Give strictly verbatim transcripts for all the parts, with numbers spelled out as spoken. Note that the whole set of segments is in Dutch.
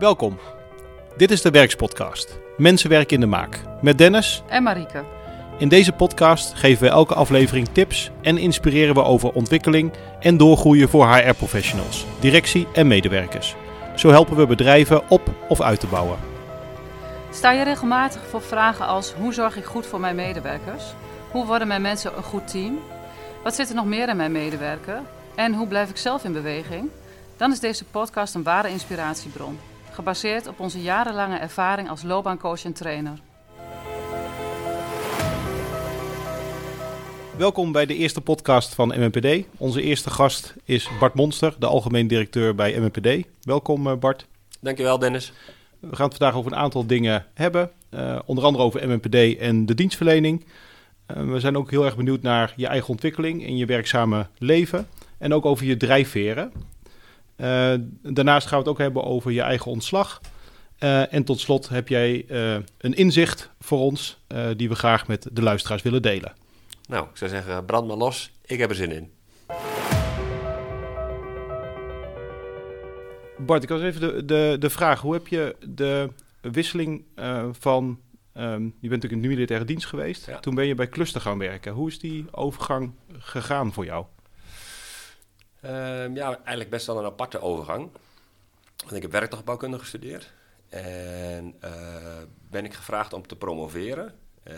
Welkom. Dit is de Werkspodcast. Mensenwerk in de maak. Met Dennis en Marieke. In deze podcast geven we elke aflevering tips en inspireren we over ontwikkeling en doorgroeien voor H R-professionals, directie en medewerkers. Zo helpen we bedrijven op of uit te bouwen. Sta je regelmatig voor vragen als: hoe zorg ik goed voor mijn medewerkers? Hoe worden mijn mensen een goed team? Wat zit er nog meer in mijn medewerker? En hoe blijf ik zelf in beweging? Dan is deze podcast een ware inspiratiebron, gebaseerd op onze jarenlange ervaring als loopbaancoach en trainer. Welkom bij de eerste podcast van M M P D. Onze eerste gast is Bart Monster, de algemeen directeur bij M M P D. Welkom Bart. Dankjewel Dennis. We gaan het vandaag over een aantal dingen hebben. Uh, onder andere over M M P D en de dienstverlening. Uh, we zijn ook heel erg benieuwd naar je eigen ontwikkeling in je werkzame leven. En ook over je drijfveren. Uh, daarnaast gaan we het ook hebben over je eigen ontslag. Uh, en tot slot heb jij uh, een inzicht voor ons uh, die we graag met de luisteraars willen delen. Nou, ik zou zeggen, brand maar los. Ik heb er zin in. Bart, ik had even de, de, de vraag. Hoe heb je de wisseling uh, van... Um, je bent natuurlijk in de militaire dienst geweest. Ja. Toen ben je bij Cluster gaan werken. Hoe is die overgang gegaan voor jou? Uh, ja, eigenlijk best wel een aparte overgang. Want ik heb werktuigbouwkunde gestudeerd. En uh, ben ik gevraagd om te promoveren. Uh,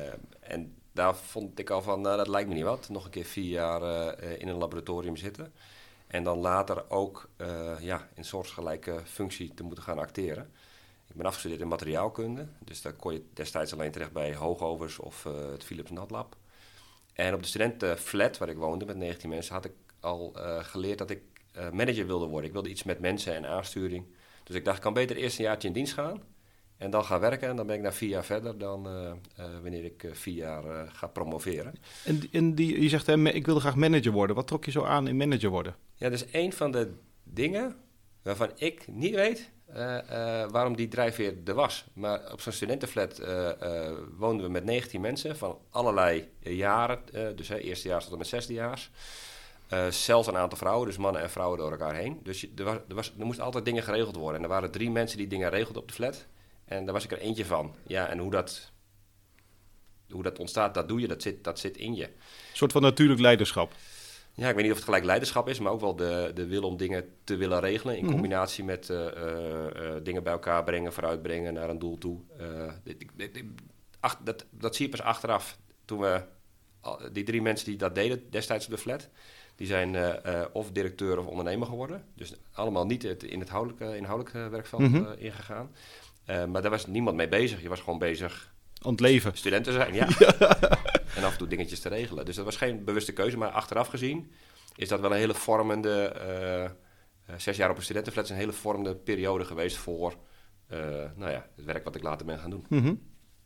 en daar vond ik al van, nou, dat lijkt me niet wat. Nog een keer vier jaar uh, in een laboratorium zitten. En dan later ook uh, ja, in soortgelijke functie te moeten gaan acteren. Ik ben afgestudeerd in materiaalkunde. Dus daar kon je destijds alleen terecht bij Hoogovers of uh, het Philips NatLab. En op de studentenflat waar ik woonde met negentien mensen had ik al uh, geleerd dat ik uh, manager wilde worden. Ik wilde iets met mensen en aansturing. Dus ik dacht, ik kan beter eerst een jaartje in dienst gaan. En dan gaan werken. En dan ben ik na vier jaar verder dan uh, uh, wanneer ik uh, vier jaar uh, ga promoveren. En, en die, je zegt, hè, ik wilde graag manager worden. Wat trok je zo aan in manager worden? Ja, dat is een van de dingen waarvan ik niet weet uh, uh, waarom die drijfveer er was. Maar op zo'n studentenflat uh, uh, woonden we met negentien mensen van allerlei uh, jaren. Uh, dus uh, eerstejaars tot en met zesdejaars. Uh, zelfs een aantal vrouwen, dus mannen en vrouwen door elkaar heen. Dus je, er, was, er, was, er moesten altijd dingen geregeld worden. En er waren drie mensen die dingen regelden op de flat. En daar was ik er eentje van. Ja, en hoe dat, hoe dat ontstaat, dat doe je, dat zit, dat zit in je. Een soort van natuurlijk leiderschap. Ja, ik weet niet of het gelijk leiderschap is, maar ook wel de, de wil om dingen te willen regelen. In mm-hmm. combinatie met uh, uh, uh, dingen bij elkaar brengen, vooruitbrengen naar een doel toe. Uh, dit, dit, dit, ach, dat, dat zie je pas achteraf. Toen we, die drie mensen die dat deden destijds op de flat, die zijn uh, uh, of directeur of ondernemer geworden. Dus allemaal niet het, in het inhoudelijke, inhoudelijke werkveld mm-hmm. uh, ingegaan. Uh, maar daar was niemand mee bezig. Je was gewoon bezig... Aan het leven. Studenten zijn, ja. ja. En af en toe dingetjes te regelen. Dus dat was geen bewuste keuze. Maar achteraf gezien is dat wel een hele vormende... Uh, uh, zes jaar op een studentenflat is een hele vormende periode geweest voor... Uh, nou ja, het werk wat ik later ben gaan doen. Mm-hmm.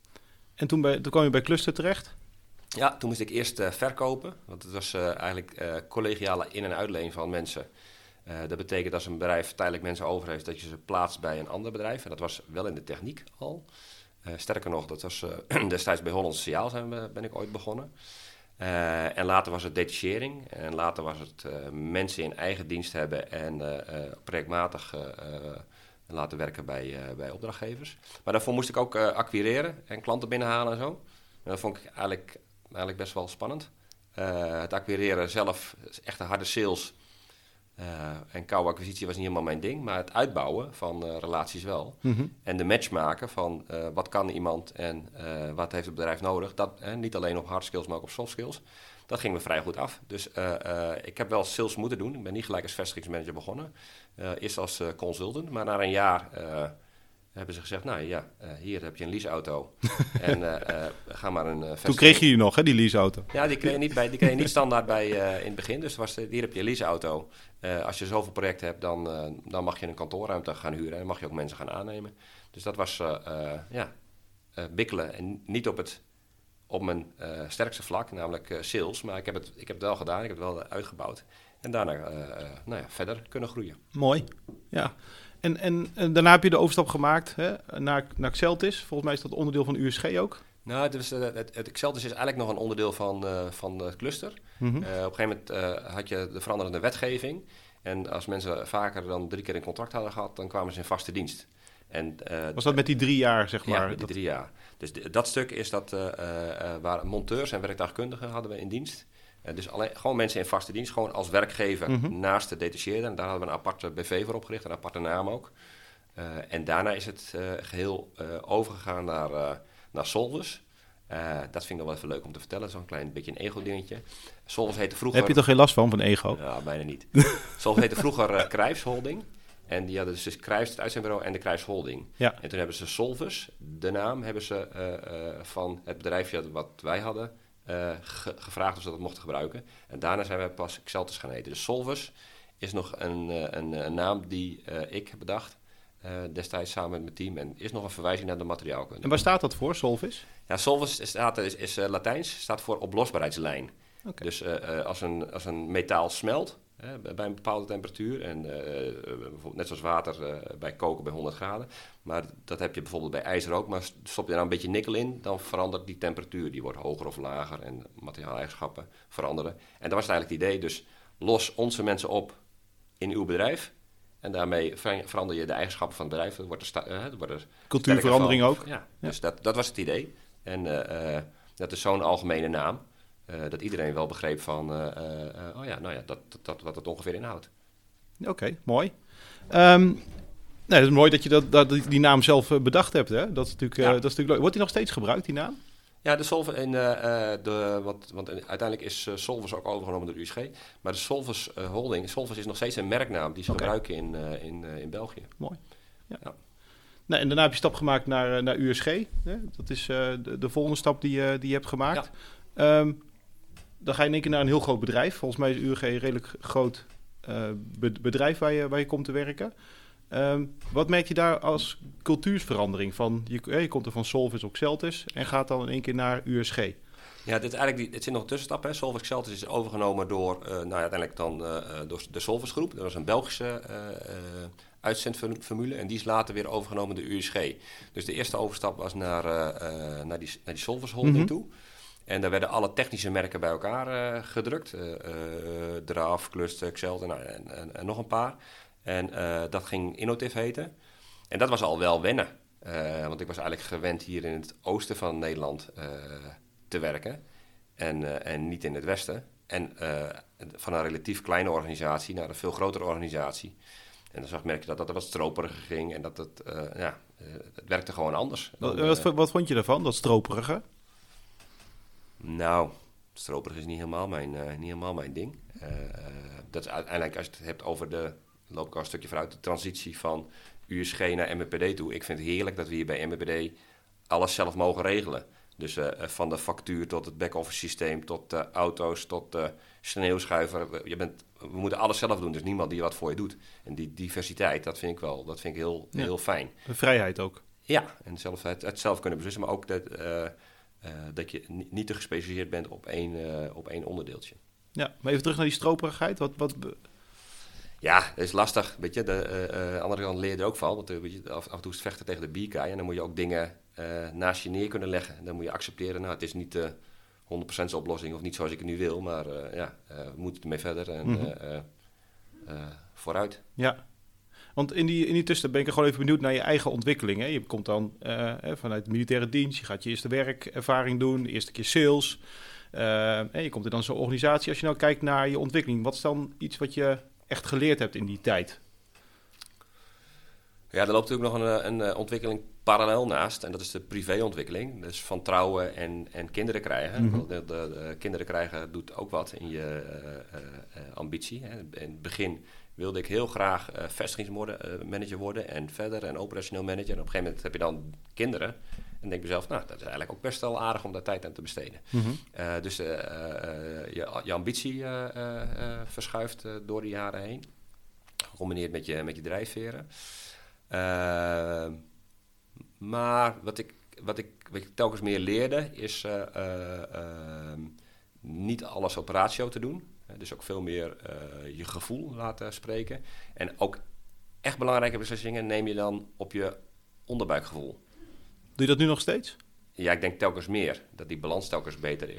En toen, bij, toen kwam je bij Cluster terecht? Ja, toen moest ik eerst uh, verkopen. Want het was uh, eigenlijk uh, collegiale in- en uitleen van mensen... Uh, dat betekent als een bedrijf tijdelijk mensen over heeft... dat je ze plaatst bij een ander bedrijf. En dat was wel in de techniek al. Uh, sterker nog, dat was uh, destijds bij Holland Sociaal zijn we, ben ik ooit begonnen. Uh, en later was het detachering. En later was het uh, mensen in eigen dienst hebben... en uh, uh, projectmatig uh, uh, laten werken bij, uh, bij opdrachtgevers. Maar daarvoor moest ik ook uh, acquireren en klanten binnenhalen en zo. En dat vond ik eigenlijk, eigenlijk best wel spannend. Uh, het acquireren zelf is echt een harde sales... Uh, en koude acquisitie was niet helemaal mijn ding, maar het uitbouwen van uh, relaties wel. Mm-hmm. En de match maken van uh, wat kan iemand en uh, wat heeft het bedrijf nodig. Dat, eh, niet alleen op hard skills, maar ook op soft skills. Dat ging me vrij goed af. Dus uh, uh, ik heb wel sales moeten doen. Ik ben niet gelijk als vestigingsmanager begonnen. Uh, eerst als uh, consultant, maar na een jaar uh, hebben ze gezegd... nou ja, uh, hier heb je een leaseauto en uh, uh, ga maar een uh, Toen kreeg je die nog, hè, die leaseauto? Ja, die kreeg je niet, bij, die kreeg je niet standaard bij uh, in het begin. Dus was de, hier heb je een leaseauto. Uh, als je zoveel projecten hebt, dan, uh, dan mag je een kantoorruimte gaan huren... en dan mag je ook mensen gaan aannemen. Dus dat was uh, uh, ja, uh, bikkelen en niet op, het, op mijn uh, sterkste vlak, namelijk uh, sales. Maar ik heb, het, ik heb het wel gedaan, ik heb het wel uitgebouwd. En daarna uh, uh, nou ja, verder kunnen groeien. Mooi, ja. En, en, en daarna heb je de overstap gemaakt hè, naar, naar Xeltis. Volgens mij is dat onderdeel van U S G ook. Nou, het, is, het, het, het Xeltis is eigenlijk nog een onderdeel van, uh, van het cluster. Mm-hmm. Uh, op een gegeven moment uh, had je de veranderende wetgeving. En als mensen vaker dan drie keer een contract hadden gehad, dan kwamen ze in vaste dienst. En, uh, Was dat met die drie jaar, zeg maar? Ja, met die dat... drie jaar. Dus d- dat stuk is dat uh, uh, waar monteurs en werktuigkundigen hadden we in dienst. Uh, dus alleen, gewoon mensen in vaste dienst, gewoon als werkgever mm-hmm. naast de detacheerder. En daar hadden we een aparte B V voor opgericht, een aparte naam ook. Uh, en daarna is het uh, geheel uh, overgegaan naar, uh, naar Solvus. Uh, dat vind ik nog wel even leuk om te vertellen. Zo'n klein beetje een ego-dingetje. Solvus heette vroeger... Heb je toch geen last van, van ego? Ja, bijna niet. Solvus heette vroeger uh, Crijfs Holding. En die hadden dus, dus Crijfs, het uitzendbureau, en de Crijfs Holding. Ja. En toen hebben ze Solvus, de naam, hebben ze uh, uh, van het bedrijfje wat wij hadden uh, ge- gevraagd of ze dat mochten gebruiken. En daarna zijn we pas Xeltis gaan heten. Dus Solvus is nog een, uh, een, een naam die uh, ik heb bedacht. Uh, destijds samen met mijn team. En is nog een verwijzing naar de materiaalkunde. En waar staat dat voor, Solvis? Ja, Solvis is, is, is uh, Latijns, staat voor oplosbaarheidslijn. Okay. Dus uh, uh, als, een, als een metaal smelt uh, bij een bepaalde temperatuur, en uh, bijvoorbeeld net zoals water uh, bij koken bij honderd graden, maar dat heb je bijvoorbeeld bij ijzer ook, maar stop je daar een beetje nikkel in, dan verandert die temperatuur. Die wordt hoger of lager en materiaaleigenschappen veranderen. En dat was eigenlijk het idee, dus los onze mensen op in uw bedrijf. En daarmee verander je de eigenschappen van het bedrijf. Er wordt er sta- uh, er wordt er Cultuurverandering ook. Ja, ja. Dus dat, dat was het idee. En uh, uh, dat is zo'n algemene naam. Uh, dat iedereen wel begreep van... Uh, uh, oh ja, nou ja, dat, dat, dat wat het ongeveer inhoudt. Oké, okay, mooi. Um, nee, het is mooi dat je dat, dat, die naam zelf bedacht hebt. Hè? Dat is natuurlijk, ja. uh, dat is natuurlijk leuk. Wordt die nog steeds gebruikt, die naam? Ja, de Solvus in uh, de, want, want uiteindelijk is uh, Solvus ook overgenomen door de U S G. Maar de Solvus uh, Holding, Solvus is nog steeds een merknaam die ze okay. gebruiken in, uh, in, uh, in België. Mooi. Ja. Ja. Nou, en daarna heb je stap gemaakt naar, naar U S G. Hè? Dat is uh, de, de volgende stap die, uh, die je hebt gemaakt. Ja. Um, dan ga je in één keer naar een heel groot bedrijf. Volgens mij is U S G een redelijk groot uh, bedrijf waar je, waar je komt te werken. Um, wat merk je daar als cultuursverandering? Van, je, je komt er van Solvus op Xeltis en gaat dan in één keer naar U S G. Ja, dit is eigenlijk die, het zit nog een tussenstap. Hè. Solvus Xeltis is overgenomen door, uh, nou, uiteindelijk dan, uh, door de Solvus groep. Dat was een Belgische uh, uh, uitzendformule en die is later weer overgenomen door U S G. Dus de eerste overstap was naar, uh, uh, naar, die, naar die Solvus Holding mm-hmm. toe. En daar werden alle technische merken bij elkaar uh, gedrukt. Uh, uh, Draf, Cluster, Xeltis en, en, en, en nog een paar. En uh, dat ging Innotiv heten. En dat was al wel wennen. Uh, want ik was eigenlijk gewend hier in het oosten van Nederland uh, te werken. En, uh, en niet in het westen. En uh, van een relatief kleine organisatie naar een veel grotere organisatie. En dan zag merk je dat dat wat stroperiger ging. En dat het, uh, ja, uh, het werkte gewoon anders. Wat, dan, wat, wat vond je daarvan, dat stroperige? Nou, stroperig is niet helemaal mijn, uh, niet helemaal mijn ding. Uh, dat is uiteindelijk, als je het hebt over de... Dan loop ik al een stukje vooruit, de transitie van U S G naar M W P D toe. Ik vind het heerlijk dat we hier bij M W P D alles zelf mogen regelen. Dus uh, van de factuur tot het back-office systeem, tot uh, auto's, tot uh, sneeuwschuiver. Je bent, we moeten alles zelf doen, dus niemand die wat voor je doet. En die diversiteit, dat vind ik wel, dat vind ik heel, ja. heel fijn. De vrijheid ook. Ja, en zelf, het, het zelf kunnen beslissen, maar ook dat, uh, uh, dat je n- niet te gespecialiseerd bent op één, uh, op één onderdeeltje. Ja, maar even terug naar die stroperigheid. Wat... wat be- Ja, dat is lastig. Weet je, de uh, uh, andere kant leer je er ook van. Want uh, weet je, af, af en toe is het vechten tegen de bierkaai. En dan moet je ook dingen uh, naast je neer kunnen leggen. En dan moet je accepteren, nou, het is niet de uh, honderd procent oplossing of niet zoals ik het nu wil. Maar uh, ja, uh, we moeten ermee verder en mm-hmm. uh, uh, uh, vooruit. Ja, want in die, in die tussen ben ik gewoon even benieuwd naar je eigen ontwikkeling. Hè? Je komt dan uh, vanuit de militaire dienst. Je gaat je eerste werkervaring doen, de eerste keer sales. Uh, en je komt in dan zo'n organisatie. Als je nou kijkt naar je ontwikkeling, wat is dan iets wat je echt geleerd hebt in die tijd? Ja, er loopt natuurlijk nog een, een ontwikkeling parallel naast. En dat is de privéontwikkeling. Dus van trouwen en, en kinderen krijgen. Mm-hmm. De, de, de kinderen krijgen doet ook wat in je uh, uh, ambitie. Hè. In het begin wilde ik heel graag uh, vestigingsmanager worden. En verder en operationeel manager. En op een gegeven moment heb je dan kinderen. En denk mezelf, nou, dat is eigenlijk ook best wel aardig om daar tijd aan te besteden. Mm-hmm. Uh, dus uh, uh, je, je ambitie uh, uh, uh, verschuift uh, door de jaren heen. Gecombineerd met je, met je drijfveren. Uh, maar wat ik, wat, ik, wat ik telkens meer leerde, is uh, uh, uh, niet alles op ratio te doen. Uh, dus ook veel meer uh, je gevoel laten spreken. En ook echt belangrijke beslissingen neem je dan op je onderbuikgevoel. Doe je dat nu nog steeds? Ja, ik denk telkens meer. Dat die balans telkens beter is.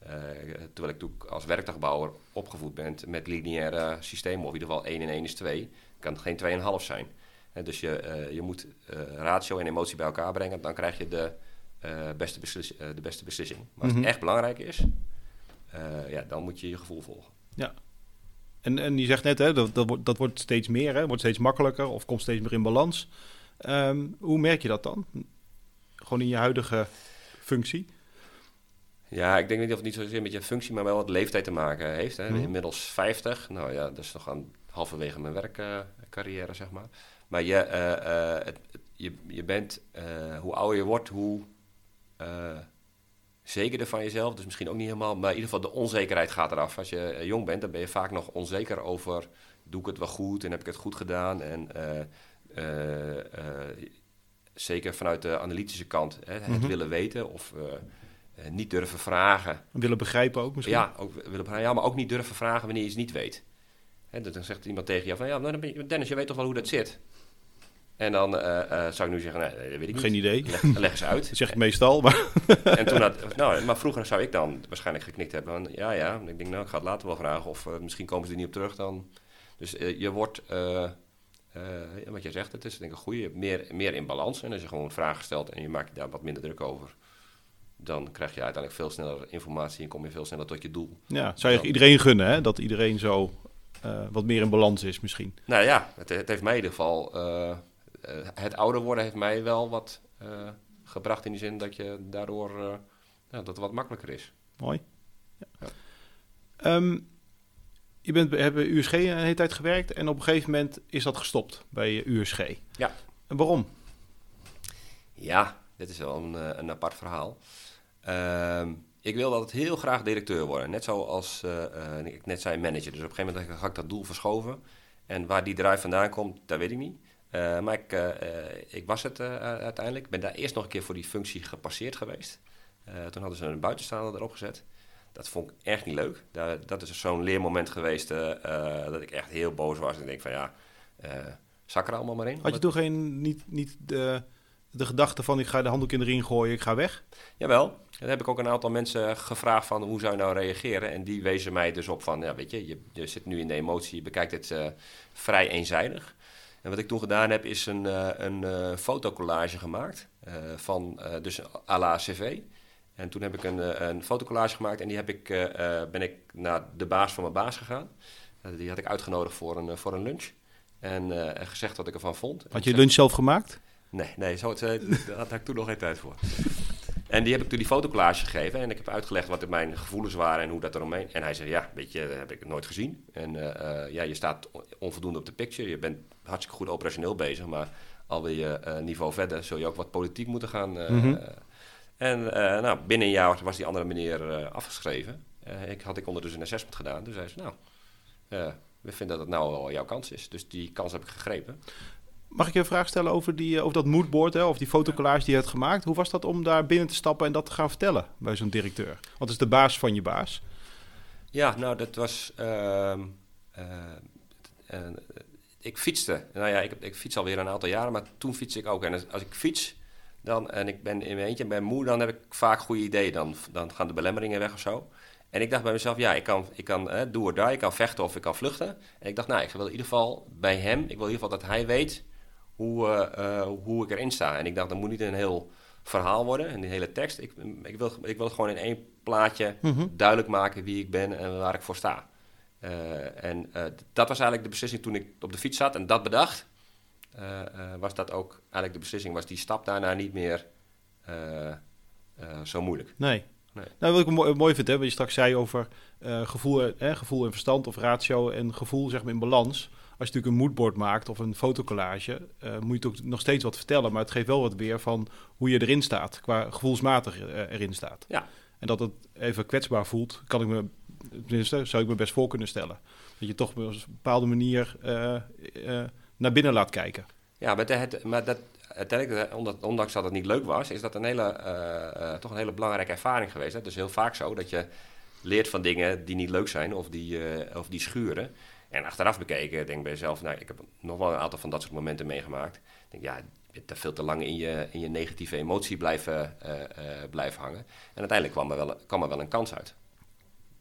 Uh, terwijl ik toen als werktuigbouwer opgevoed ben met lineaire systemen, of in ieder geval één en één is twee, kan het geen twee komma vijf zijn. Uh, dus je, uh, je moet uh, ratio en emotie bij elkaar brengen, dan krijg je de, uh, beste, beslis- uh, de beste beslissing. Maar als Mm-hmm. het echt belangrijk is, uh, ja, dan moet je je gevoel volgen. Ja. En, en je zegt net, hè, dat, dat, wordt, dat wordt steeds meer, hè, wordt steeds makkelijker of komt steeds meer in balans. Um, hoe merk je dat dan? Gewoon in je huidige functie? Ja, ik denk niet of het niet zozeer met je functie, maar wel wat leeftijd te maken heeft. Hè. Mm-hmm. Inmiddels vijftig, nou ja, dat is nog aan halverwege mijn werkcarrière, uh, zeg maar. Maar je, uh, uh, het, het, je, je bent, uh, hoe ouder je wordt, hoe uh, zekerder van jezelf. Dus misschien ook niet helemaal, maar in ieder geval de onzekerheid gaat eraf. Als je uh, jong bent, dan ben je vaak nog onzeker over, doe ik het wel goed en heb ik het goed gedaan? En uh, uh, uh, zeker vanuit de analytische kant, hè, het Mm-hmm. willen weten of... Uh, Uh, niet durven vragen. Willen begrijpen ook misschien? Ja, ook willen begrijpen, ja, maar ook niet durven vragen wanneer je iets niet weet. Hè, dan zegt iemand tegen je van, ja, nou, dan ben je, Dennis, je weet toch wel hoe dat zit? En dan uh, uh, zou ik nu zeggen, nee, dat weet ik Geen niet. idee. Leg, leg eens uit. Dat zeg ik meestal. Maar, en toen had, nou, maar vroeger zou ik dan waarschijnlijk geknikt hebben. Van, ja, ja. En ik denk, nou, ik ga het later wel vragen. Of uh, misschien komen ze er niet op terug dan. Dus uh, je wordt, uh, uh, wat jij zegt, het is denk ik een goede, meer, meer in balans. En als je gewoon vragen stelt en je maakt je daar wat minder druk over, dan krijg je uiteindelijk veel sneller informatie en kom je veel sneller tot je doel. ja, zou je iedereen gunnen, hè? Dat iedereen zo uh, wat meer in balans is misschien. Nou ja, het, het heeft mij in ieder geval... Uh, uh, het ouder worden heeft mij wel wat uh, gebracht in die zin dat je daardoor... Uh, ja, dat het wat makkelijker is. Mooi. Ja. Ja. Um, je bent hebt bij U S G een hele tijd gewerkt en op een gegeven moment is dat gestopt bij U S G. Ja. En waarom? Ja, dit is wel een, een apart verhaal. Uh, ik wilde altijd heel graag directeur worden. Net zoals uh, uh, ik net zei, manager. Dus op een gegeven moment had ik dat doel verschoven. En waar die drive vandaan komt, dat weet ik niet. Uh, maar ik, uh, ik was het uh, uiteindelijk. Ik ben daar eerst nog een keer voor die functie gepasseerd geweest. Uh, toen hadden ze een buitenstaander erop gezet. Dat vond ik echt niet leuk. Dat, dat is zo'n leermoment geweest uh, uh, dat ik echt heel boos was. En ik denk van ja, uh, zak er allemaal maar in. Had je toen geen, niet, niet de, de gedachte van ik ga de handdoek in de ring gooien, ik ga weg? Jawel. Dan heb ik ook een aantal mensen gevraagd van hoe zou je nou reageren. En die wezen mij dus op van, ja weet je, je, je zit nu in de emotie, je bekijkt het uh, vrij eenzijdig. En wat ik toen gedaan heb is een, uh, een uh, fotocollage gemaakt uh, van uh, dus à la C V. En toen heb ik een, uh, een fotocollage gemaakt en die heb ik, uh, uh, ben ik naar de baas van mijn baas gegaan. Uh, die had ik uitgenodigd voor een, uh, voor een lunch. En uh, gezegd wat ik ervan vond. Had je lunch zelf gemaakt? Nee, nee zo, daar had ik toen nog geen tijd voor. En die heb ik toen die fotocollage gegeven en ik heb uitgelegd wat mijn gevoelens waren en hoe dat eromheen. En hij zei, ja, weet je, dat heb ik nooit gezien. En uh, uh, ja, je staat onvoldoende op de picture, je bent hartstikke goed operationeel bezig, maar al wil je uh, niveau verder, zul je ook wat politiek moeten gaan. Uh, mm-hmm. uh, en uh, nou, binnen een jaar was die andere meneer uh, afgeschreven. Uh, ik had ik ondertussen een assessment gedaan, dus hij zei, nou, uh, we vinden dat het nou wel jouw kans is. Dus die kans heb ik gegrepen. Mag ik je een vraag stellen over, die, over dat moodboard, hè, of die fotocollage die je hebt gemaakt? Hoe was dat om daar binnen te stappen en dat te gaan vertellen bij zo'n directeur? Want het is de baas van je baas. Ja, nou, dat was... Uh, uh, uh, ik fietste. Nou ja, ik, ik fiets alweer een aantal jaren, maar toen fiets ik ook. En als, als ik fiets dan, en ik ben in mijn eentje en ben moe, dan heb ik vaak goede ideeën. Dan, dan gaan de belemmeringen weg of zo. En ik dacht bij mezelf, ja, ik kan, ik kan uh, do or die, ik kan vechten of ik kan vluchten. En ik dacht, nou, ik wil in ieder geval bij hem, ik wil in ieder geval dat hij weet hoe, uh, uh, hoe ik erin sta. En ik dacht, dat moet niet een heel verhaal worden, en die hele tekst. Ik, ik, wil, ik wil gewoon in één plaatje mm-hmm. duidelijk maken wie ik ben en waar ik voor sta. Uh, en uh, dat was eigenlijk de beslissing toen ik op de fiets zat en dat bedacht. Uh, uh, was dat ook eigenlijk de beslissing, was die stap daarna niet meer uh, uh, zo moeilijk. Nee. Nee. Nou, wat ik mooi, mooi vind, hè, wat je straks zei over uh, gevoel, eh, gevoel en verstand of ratio en gevoel zeg maar in balans. Als je natuurlijk een moodboard maakt of een fotocollage, uh, moet je ook nog steeds wat vertellen. Maar het geeft wel wat weer van hoe je erin staat, qua gevoelsmatig uh, erin staat. Ja. En dat het even kwetsbaar voelt, kan ik me, tenminste, zou ik me best voor kunnen stellen. Dat je toch op een bepaalde manier uh, uh, naar binnen laat kijken. Ja, maar, het, maar dat... Uiteindelijk, ondanks dat het niet leuk was, is dat een hele, uh, uh, toch een hele belangrijke ervaring geweest. Het is heel vaak zo dat je leert van dingen die niet leuk zijn of die, uh, of die schuren. En achteraf bekeken, denk ik bij jezelf, nou, ik heb nog wel een aantal van dat soort momenten meegemaakt. Ik denk, ja, je bent er veel te lang in je, in je negatieve emotie blijven, uh, uh, blijven hangen. En uiteindelijk kwam er, wel, kwam er wel een kans uit.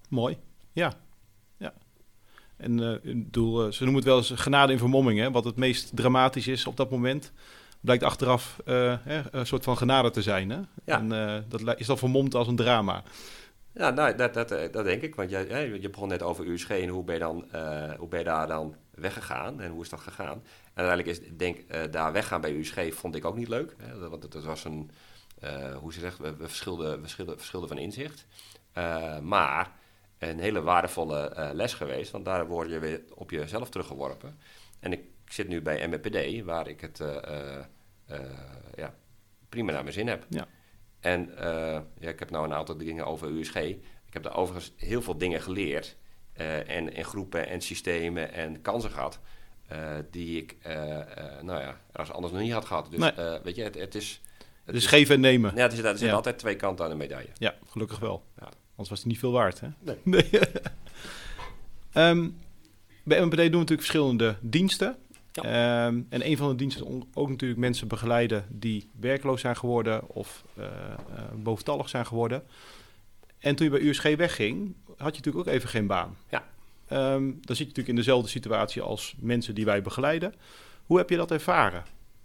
Mooi. Ja. ja. En uh, ik bedoel, uh, ze noemen het wel eens genade in vermomming. Hè? Wat het meest dramatisch is op dat moment, blijkt achteraf uh, hè, een soort van genade te zijn. Hè? Ja. En uh, dat is dan vermomd als een drama. Ja, nou, dat, dat, dat denk ik. Want je, je begon net over U S G en hoe ben je, dan, uh, hoe ben je daar dan weggegaan en hoe is dat gegaan? En uiteindelijk is, denk uh, daar weggaan bij U S G vond ik ook niet leuk. Hè? Want het, het was een, uh, hoe ze zegt, we, we verschilden, we verschilden, verschilden van inzicht. Uh, maar een hele waardevolle uh, les geweest, want daar word je weer op jezelf teruggeworpen. En ik zit nu bij M W P D, waar ik het uh, uh, ja, prima naar mijn zin heb. Ja. En uh, ja, ik heb nou een aantal dingen over U S G. Ik heb daar overigens heel veel dingen geleerd. Uh, en, en groepen en systemen en kansen gehad. Uh, die ik, uh, uh, nou ja, als anders nog niet had gehad. Dus nee. uh, weet je, het, het is... Het is geven en nemen. Ja, er zitten ja. altijd twee kanten aan de medaille. Ja, gelukkig wel. Ja. Anders was het niet veel waard, hè? Nee. nee. um, bij M W P D doen we natuurlijk verschillende diensten. Ja. Um, en een van de diensten is ook natuurlijk mensen begeleiden die werkloos zijn geworden of uh, uh, boventallig zijn geworden. En toen je bij U S G wegging, had je natuurlijk ook even geen baan. Ja. Um, dan zit je natuurlijk in dezelfde situatie als mensen die wij begeleiden. Hoe heb je dat ervaren?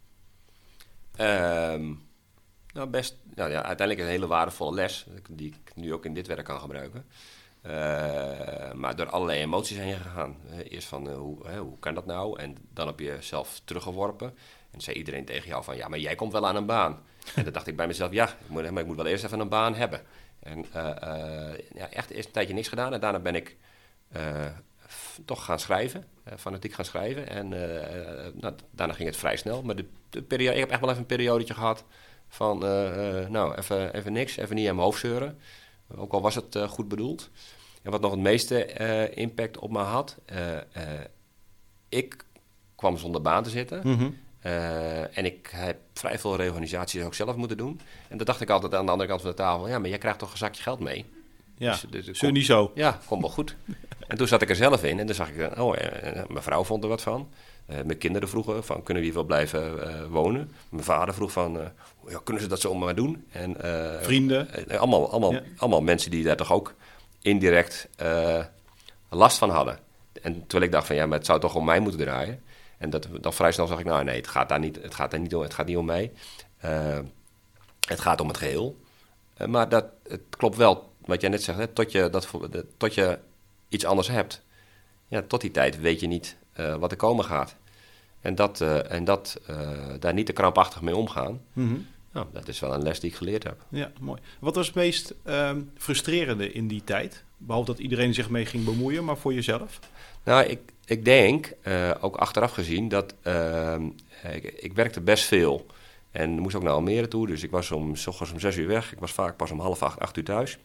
Um, nou, best, nou ja, uiteindelijk een hele waardevolle les, die ik nu ook in dit werk kan gebruiken. Uh, maar door allerlei emoties heen gegaan. Uh, eerst van, uh, hoe, uh, hoe kan dat nou? En dan heb je jezelf teruggeworpen. En zei iedereen tegen jou van, ja, maar jij komt wel aan een baan. En dan dacht ik bij mezelf, ja, ik moet, maar ik moet wel eerst even een baan hebben. En uh, uh, ja, echt eerst een tijdje niks gedaan. En daarna ben ik uh, f- toch gaan schrijven. Uh, fanatiek gaan schrijven. En uh, nou, daarna ging het vrij snel. Maar de, de periode, ik heb echt wel even een periodetje gehad van, uh, uh, nou, even, even niks. Even niet aan mijn hoofd zeuren. Ook al was het uh, goed bedoeld. En wat nog het meeste uh, impact op me had... Uh, uh, ik kwam zonder baan te zitten. Mm-hmm. Uh, en ik heb vrij veel reorganisaties ook zelf moeten doen. En dan dacht ik altijd aan de andere kant van de tafel... ja, maar jij krijgt toch een zakje geld mee? Ja, dus, dus, dus, zul niet zo. Ja, komt wel goed. En toen zat ik er zelf in en dan zag ik... oh, uh, mijn vrouw vond er wat van. Uh, mijn kinderen vroegen van, kunnen we hier wel blijven uh, wonen? Mijn vader vroeg van, uh, ja, kunnen ze dat zomaar doen? En, uh, Vrienden? Uh, allemaal, allemaal, ja. allemaal mensen die daar toch ook indirect uh, last van hadden. En terwijl ik dacht van, ja, maar het zou toch om mij moeten draaien. En dat, dan vrij snel zag ik, nou nee, het gaat daar niet, het gaat daar niet om, het gaat niet om mij. Uh, het gaat om het geheel. Uh, maar dat, het klopt wel, wat jij net zegt, hè, tot, je dat, tot je iets anders hebt. Ja, tot die tijd weet je niet uh, wat er komen gaat. En, dat, uh, en dat, uh, daar niet te krampachtig mee omgaan, Mm-hmm. nou, dat is wel een les die ik geleerd heb. Ja, mooi. Wat was het meest um, frustrerende in die tijd? Behalve dat iedereen zich mee ging bemoeien, maar voor jezelf? Nou, ik, ik denk, uh, ook achteraf gezien, dat uh, ik, ik werkte best veel. En moest ook naar Almere toe, dus ik was om, 's ochtends om zes uur weg. Ik was vaak pas om half acht, acht uur thuis.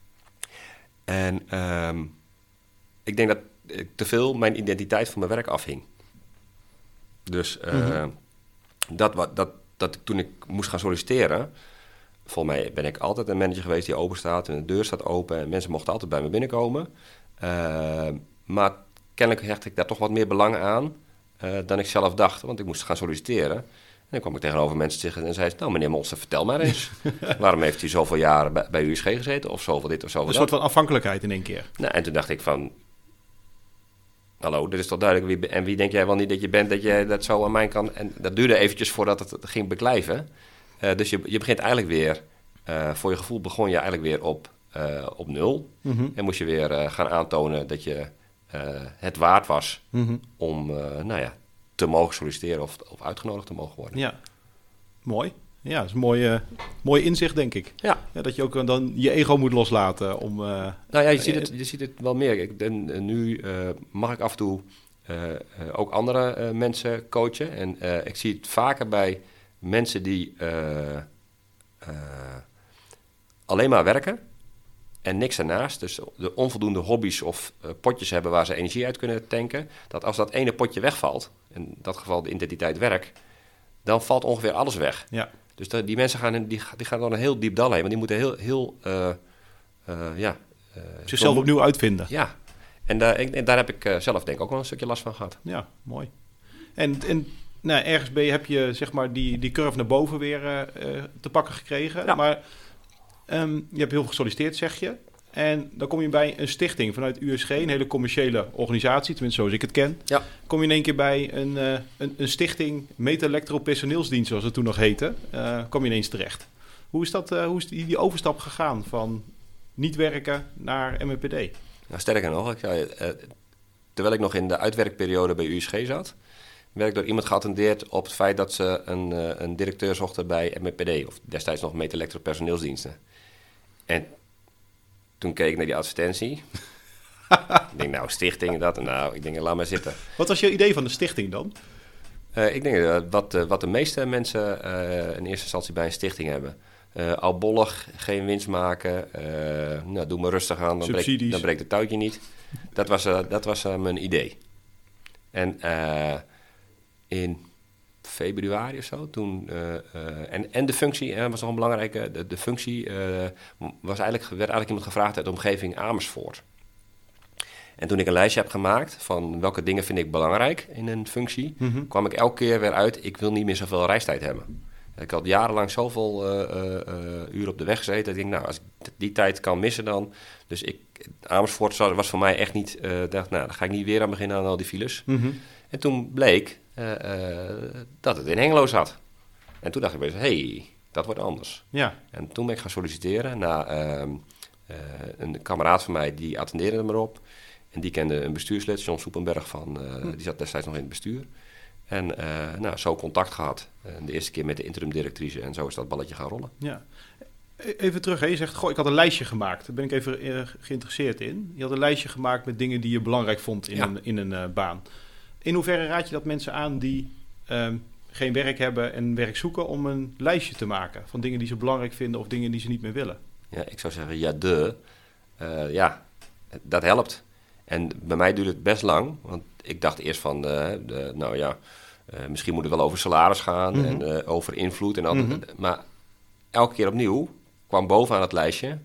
En um, ik denk dat ik te veel mijn identiteit van mijn werk afhing. Dus uh, mm-hmm. dat, wat, dat, dat toen ik moest gaan solliciteren... Volgens mij ben ik altijd een manager geweest die open staat... en de deur staat open en mensen mochten altijd bij me binnenkomen. Uh, maar kennelijk hecht ik daar toch wat meer belang aan... Uh, dan ik zelf dacht, want ik moest gaan solliciteren... En dan kwam ik tegenover mensen zeggen en zei... nou, meneer Monster, vertel maar eens. Waarom heeft u zoveel jaren bij, bij U S G gezeten? Of zoveel dit of zoveel een dat? Een soort van afhankelijkheid in één keer. Nou, en toen dacht ik van... hallo, dit is toch duidelijk. Wie, en wie denk jij wel niet dat je bent... dat je dat zo aan mijn kant... En dat duurde eventjes voordat het ging beklijven. Uh, dus je, je begint eigenlijk weer... Uh, voor je gevoel begon je eigenlijk weer op, uh, op nul. Mm-hmm. En moest je weer uh, gaan aantonen dat je uh, het waard was... Mm-hmm. om, uh, nou ja... te mogen solliciteren of, of uitgenodigd te mogen worden. Ja, mooi. Ja, dat is een mooi, uh, mooi inzicht, denk ik. Ja. Ja, dat je ook dan je ego moet loslaten om... Uh, nou ja, je ziet het, je ziet het wel meer. Ik, en, nu uh, mag ik af en toe uh, uh, ook andere uh, mensen coachen. En uh, ik zie het vaker bij mensen die uh, uh, alleen maar werken en niks ernaast. Dus de onvoldoende hobby's of uh, potjes hebben waar ze energie uit kunnen tanken. Dat als dat ene potje wegvalt, in dat geval de identiteit werk, dan valt ongeveer alles weg. Ja. Dus de, die mensen gaan, die, die gaan door een heel diep dal heen. Want die moeten heel, heel uh, uh, ja... Uh, zichzelf kom, opnieuw uitvinden. Ja. En, uh, ik, en daar heb ik uh, zelf denk ik ook wel een stukje last van gehad. Ja, mooi. En, en nou, ergens ben je, heb je zeg maar die, die curve naar boven weer uh, te pakken gekregen. Ja. Maar um, je hebt heel veel gesolliciteerd, zeg je. En dan kom je bij een stichting vanuit U S G, een hele commerciële organisatie, tenminste zoals ik het ken. Ja. Kom je in één keer bij een, uh, een, een stichting Meta-Elektro-Personeelsdienst, zoals het toen nog heette, uh, kom je ineens terecht. Hoe is, dat, uh, hoe is die, die overstap gegaan van niet werken naar M M P D? Nou, sterker nog, ik zei, uh, terwijl ik nog in de uitwerkperiode bij U S G zat, werd ik door iemand geattendeerd op het feit dat ze een, uh, een directeur zochten bij M M P D, of destijds nog Meta-Elektro-Personeelsdiensten. En toen keek ik naar die advertentie. Ik denk, nou, stichting, dat. Nou, ik denk, laat maar zitten. Wat was je idee van de stichting dan? Uh, ik denk uh, wat, uh, wat de meeste mensen uh, in eerste instantie bij een stichting hebben. Uh, albollig, geen winst maken. Uh, nou, doe maar rustig aan, dan breekt, dan breekt het touwtje niet. Dat was, uh, dat was uh, mijn idee. En uh, in februari of zo, toen... Uh, uh, en, en de functie, uh, was nog een belangrijke... De, de functie uh, was eigenlijk, werd eigenlijk iemand gevraagd uit de omgeving Amersfoort. En toen ik een lijstje heb gemaakt van welke dingen vind ik belangrijk in een functie... Mm-hmm. kwam ik elke keer weer uit, ik wil niet meer zoveel reistijd hebben. Ik had jarenlang zoveel uh, uh, uh, uren op de weg gezeten. Dat ik denk, nou, als ik die tijd kan missen dan... Dus ik, Amersfoort was voor mij echt niet... Uh, dacht, nou, dan ga ik niet weer aan beginnen aan al die files. Mm-hmm. En toen bleek uh, uh, dat het in Hengelo zat. En toen dacht ik bij hé, hey, dat wordt anders. Ja. En toen ben ik gaan solliciteren naar uh, uh, een kameraad van mij... die attendeerde me erop. En die kende een bestuurslid, John Soepenberg, van, uh, hm. die zat destijds nog in het bestuur. En uh, nou, zo contact gehad. Uh, de eerste keer met de interim-directrice en zo is dat balletje gaan rollen. Ja. Even terug, hè. Je zegt, goh, ik had een lijstje gemaakt. Daar ben ik even uh, geïnteresseerd in. Je had een lijstje gemaakt met dingen die je belangrijk vond in ja. een, in een uh, baan. In hoeverre raad je dat mensen aan die uh, geen werk hebben en werk zoeken... om een lijstje te maken van dingen die ze belangrijk vinden of dingen die ze niet meer willen? Ja, ik zou zeggen, ja, de. Uh, ja, dat helpt. En bij mij duurde het best lang, want ik dacht eerst van, uh, de, nou ja, uh, misschien moet het wel over salaris gaan mm-hmm. en uh, over invloed en al. Mm-hmm. Maar elke keer opnieuw kwam bovenaan het lijstje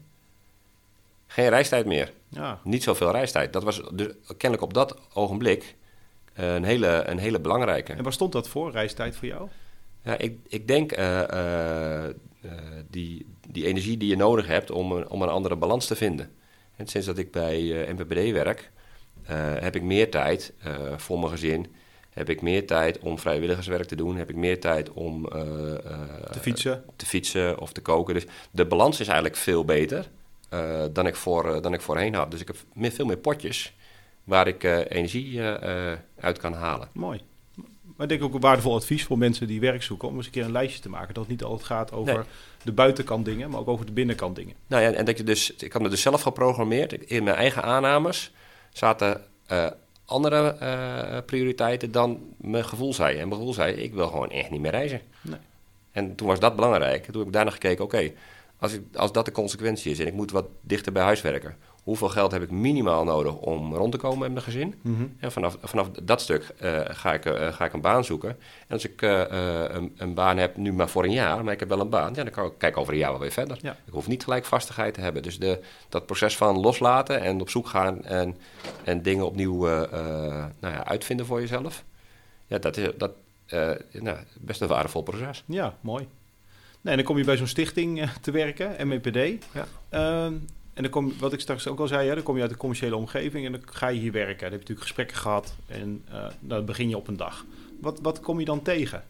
geen reistijd meer. Ja. Niet zoveel reistijd. Dat was dus kennelijk op dat ogenblik uh, een, hele, een hele belangrijke. En waar stond dat voor, reistijd voor jou? Ja, ik, ik denk uh, uh, uh, die, die energie die je nodig hebt om een, om een andere balans te vinden. En sinds dat ik bij uh, M P B D werk, uh, heb ik meer tijd uh, voor mijn gezin. Heb ik meer tijd om vrijwilligerswerk te doen. Heb ik meer tijd om uh, uh, te, fietsen. te fietsen of te koken. Dus de balans is eigenlijk veel beter uh, dan, ik voor, uh, dan ik voorheen had. Dus ik heb meer, veel meer potjes waar ik uh, energie uh, uh, uit kan halen. Mooi. Maar ik denk ook een waardevol advies voor mensen die werk zoeken... om eens een keer een lijstje te maken. Dat het niet altijd gaat over nee. de buitenkant dingen... maar ook over de binnenkant dingen. Nou ja, en dat je dus, ik had me dus zelf geprogrammeerd. In mijn eigen aannames zaten uh, andere uh, prioriteiten dan mijn gevoel zei. En mijn gevoel zei, ik wil gewoon echt niet meer reizen. Nee. En toen was dat belangrijk. Toen heb ik daarna gekeken, oké, okay, als, als dat de consequentie is... en ik moet wat dichter bij huis werken... hoeveel geld heb ik minimaal nodig om rond te komen met mijn gezin? Mm-hmm. En vanaf, vanaf dat stuk uh, ga, ik, uh, ga ik een baan zoeken. En als ik uh, uh, een, een baan heb, nu maar voor een jaar... maar ik heb wel een baan, ja, dan kan ik kijken over een jaar wel weer verder. Ja. Ik hoef niet gelijk vastigheid te hebben. Dus de, dat proces van loslaten en op zoek gaan... en, en dingen opnieuw uh, uh, nou ja, uitvinden voor jezelf... ja, dat is dat, uh, nou, best een waardevol proces. Ja, mooi. Nee, en dan kom je bij zo'n stichting uh, te werken, M M P D... Ja. Uh, En dan kom, wat ik straks ook al zei, hè, dan kom je uit de commerciële omgeving en dan ga je hier werken. Dan heb je natuurlijk gesprekken gehad en uh, dan begin je op een dag. Wat, wat kom je dan tegen?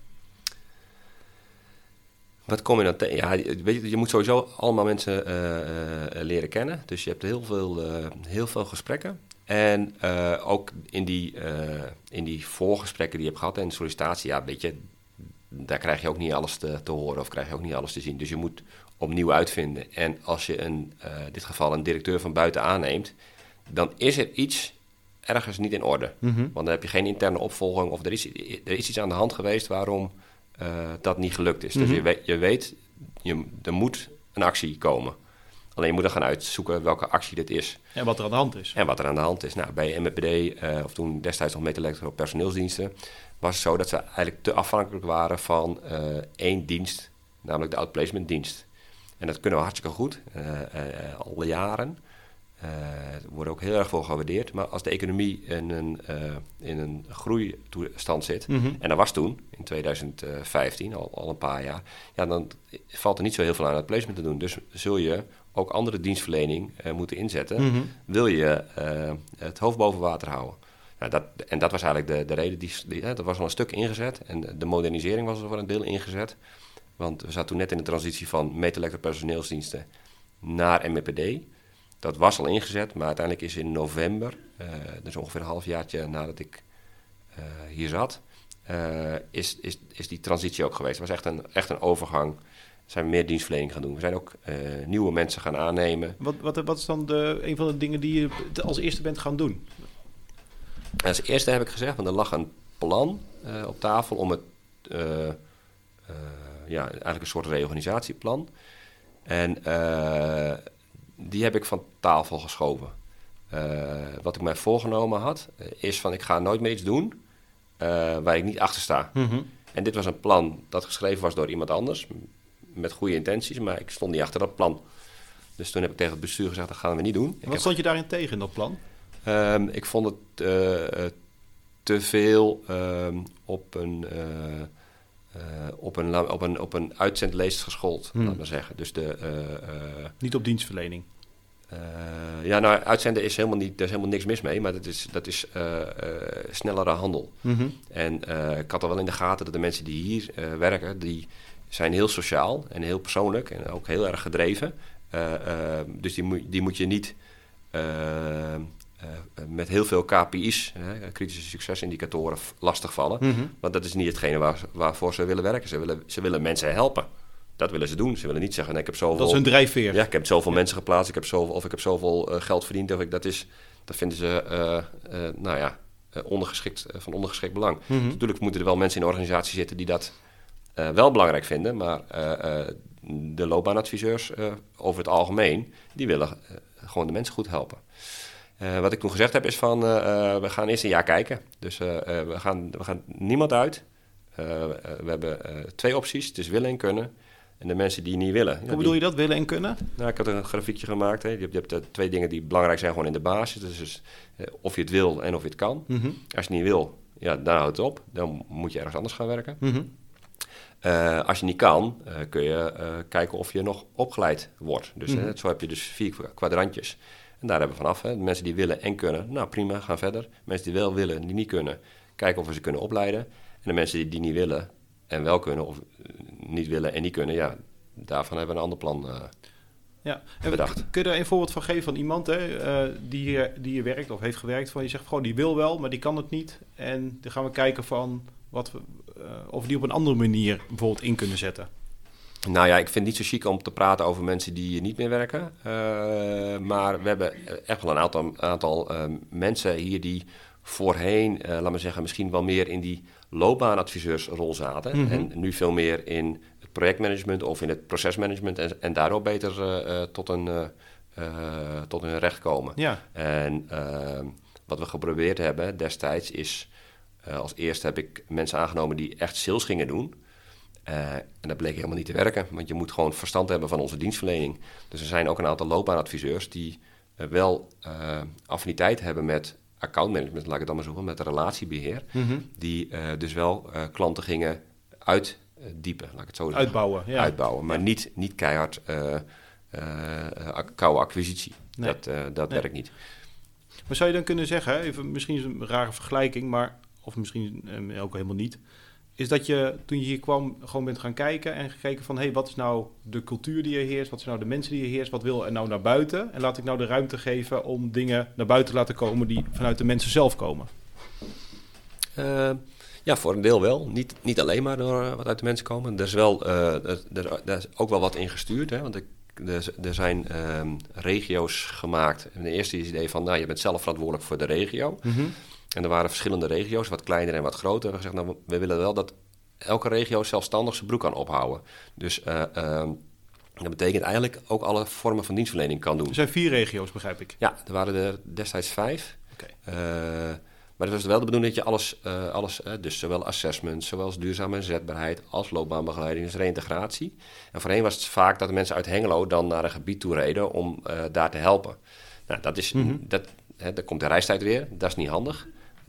Wat kom je dan tegen? Ja, weet je, je moet sowieso allemaal mensen uh, uh, leren kennen. Dus je hebt heel veel, uh, heel veel gesprekken. En uh, ook in die, uh, in die voorgesprekken die je hebt gehad en de sollicitatie, ja, weet je, daar krijg je ook niet alles te, te horen of krijg je ook niet alles te zien. Dus je moet opnieuw uitvinden. En als je een, uh, in dit geval een directeur van buiten aanneemt, dan is er iets ergens niet in orde. Mm-hmm. Want dan heb je geen interne opvolging of er is, er is iets aan de hand geweest waarom uh, dat niet gelukt is. Mm-hmm. Dus je weet, je weet je, er moet een actie komen. Alleen je moet er gaan uitzoeken welke actie dit is. En wat er aan de hand is. En wat er aan de hand is. Nou, bij M M P D, uh, of toen destijds nog Meta-Elektro-Personeelsdiensten, was het zo dat ze eigenlijk te afhankelijk waren van uh, één dienst, namelijk de outplacement dienst. En dat kunnen we hartstikke goed, uh, uh, al jaren. Uh, er wordt ook heel erg voor gewaardeerd. Maar als de economie in een, uh, in een groeistand zit, mm-hmm. en dat was toen, in twintig vijftien, al, al een paar jaar, ja, dan valt er niet zo heel veel aan het placement te doen. Dus zul je ook andere dienstverlening uh, moeten inzetten. Mm-hmm. Wil je uh, het hoofd boven water houden. Nou, dat, en dat was eigenlijk de, de reden. Die, die, hè, dat was al een stuk ingezet. En de, de modernisering was er voor een deel ingezet. Want we zaten toen net in de transitie van meetelektro-personeelsdiensten naar M M P D. Dat was al ingezet, maar uiteindelijk is in november, uh, dus ongeveer een halfjaartje nadat ik uh, hier zat, uh, is, is, is die transitie ook geweest. Het was echt een, echt een overgang. Zijn we meer dienstverlening gaan doen. We zijn ook uh, nieuwe mensen gaan aannemen. Wat, wat, wat is dan de, een van de dingen die je als eerste bent gaan doen? Als eerste heb ik gezegd, want er lag een plan uh, op tafel om het, uh, uh, ja, eigenlijk een soort reorganisatieplan. En uh, die heb ik van tafel geschoven. Uh, wat ik mij voorgenomen had, uh, is van ik ga nooit meer iets doen uh, waar ik niet achter sta. Mm-hmm. En dit was een plan dat geschreven was door iemand anders, met goede intenties, maar ik stond niet achter dat plan. Dus toen heb ik tegen het bestuur gezegd, dat gaan we niet doen. Wat stond je daarin tegen in dat plan? Um, ik vond het uh, te veel um, op een... Uh, Uh, op, een, op, een, op een uitzendleest geschoold, hmm. laat maar zeggen. Dus de, uh, uh, niet op dienstverlening? Uh, ja, nou, uitzenden is helemaal niet, er is helemaal niks mis mee, maar dat is, dat is uh, uh, snellere handel. Mm-hmm. En uh, ik had al wel in de gaten dat de mensen die hier uh, werken, die zijn heel sociaal en heel persoonlijk en ook heel erg gedreven. Uh, uh, dus die, moet, die moet je niet... Uh, Uh, met heel veel K P I's, hè, kritische succesindicatoren, f- lastigvallen. Mm-hmm. Want dat is niet hetgene waar, waarvoor ze willen werken. Ze willen, ze willen mensen helpen. Dat willen ze doen. Ze willen niet zeggen, nee, ik heb zoveel... Dat is hun drijfveer. Ja, ik heb zoveel ja. mensen geplaatst, ik heb zoveel, of ik heb zoveel uh, geld verdiend. Of ik, dat, is, dat vinden ze, uh, uh, nou ja, uh, ondergeschikt, uh, van ondergeschikt belang. Mm-hmm. Dus natuurlijk moeten er wel mensen in de organisatie zitten die dat uh, wel belangrijk vinden. Maar uh, uh, de loopbaanadviseurs uh, over het algemeen, die willen uh, gewoon de mensen goed helpen. Uh, wat ik toen gezegd heb is van, uh, uh, we gaan eerst een jaar kijken. Dus uh, uh, we, gaan, we gaan niemand uit. Uh, uh, we hebben uh, twee opties, het is willen en kunnen. En de mensen die niet willen. Hoe ja, bedoel die, je dat, willen en kunnen? Nou, ik had een grafiekje gemaakt. Hè. Je hebt, je hebt uh, twee dingen die belangrijk zijn gewoon in de basis. Dus, dus uh, of je het wil en of je het kan. Mm-hmm. Als je het niet wil, ja, dan houdt het op. Dan moet je ergens anders gaan werken. Mm-hmm. Uh, als je niet kan, uh, kun je uh, kijken of je nog opgeleid wordt. Dus mm-hmm. uh, zo heb je dus vier kwadrantjes. En daar hebben we vanaf. Hè. De mensen die willen en kunnen, nou prima, gaan verder. Mensen die wel willen en die niet kunnen, kijken of we ze kunnen opleiden. En de mensen die, die niet willen en wel kunnen, of niet willen en niet kunnen, ja, daarvan hebben we een ander plan uh, ja. En bedacht. Kun je er een voorbeeld van geven van iemand hè, uh, die, hier, die hier werkt of heeft gewerkt? Van je zegt gewoon, die wil wel, maar die kan het niet. En dan gaan we kijken van wat we, uh, of we die op een andere manier bijvoorbeeld in kunnen zetten. Nou ja, ik vind het niet zo chic om te praten over mensen die niet meer werken. Uh, maar we hebben echt wel een aantal, aantal uh, mensen hier die voorheen, uh, laat maar zeggen, misschien wel meer in die loopbaanadviseursrol zaten. Mm-hmm. En nu veel meer in het projectmanagement of in het procesmanagement. En, en daardoor beter uh, uh, tot, een, uh, uh, tot hun recht komen. Ja. En uh, wat we geprobeerd hebben destijds is, uh, als eerste heb ik mensen aangenomen die echt sales gingen doen. Uh, en dat bleek helemaal niet te werken, want je moet gewoon verstand hebben van onze dienstverlening. Dus er zijn ook een aantal loopbaanadviseurs die uh, wel uh, affiniteit hebben met accountmanagement, laat ik het dan maar zeggen, met relatiebeheer. Mm-hmm. Die uh, dus wel uh, klanten gingen uitdiepen, laat ik het zo zeggen. Uitbouwen, ja. Uitbouwen, maar ja. niet, niet keihard uh, uh, koude acquisitie. Nee. Dat, uh, dat nee. werkt niet. Maar zou je dan kunnen zeggen, even, misschien is het een rare vergelijking, maar of misschien uh, ook helemaal niet, is dat je toen je hier kwam gewoon bent gaan kijken en gekeken van, hé, hey, wat is nou de cultuur die er heerst? Wat zijn nou de mensen die er heerst? Wat wil er nou naar buiten? En laat ik nou de ruimte geven om dingen naar buiten te laten komen die vanuit de mensen zelf komen. Uh, ja, voor een deel wel. Niet, niet alleen maar door uh, wat uit de mensen komen. Er is, wel, uh, er, er, er is ook wel wat ingestuurd. Hè? Want ik, er, er zijn um, regio's gemaakt. En de eerste is het idee van, nou, je bent zelf verantwoordelijk voor de regio. Mm-hmm. En er waren verschillende regio's, wat kleiner en wat groter. We hebben gezegd, nou, we willen wel dat elke regio zelfstandig zijn broek kan ophouden. Dus uh, uh, dat betekent eigenlijk ook alle vormen van dienstverlening kan doen. Er zijn vier regio's, begrijp ik. Ja, er waren er destijds vijf. Okay. Uh, maar het was wel de bedoeling dat je alles, uh, alles uh, dus zowel assessment, zowel duurzame inzetbaarheid als loopbaanbegeleiding, dus reintegratie. En voorheen was het vaak dat de mensen uit Hengelo dan naar een gebied toe reden om uh, daar te helpen. Nou, dat is, mm-hmm. dat, hè, dan komt de reistijd weer, dat is niet handig.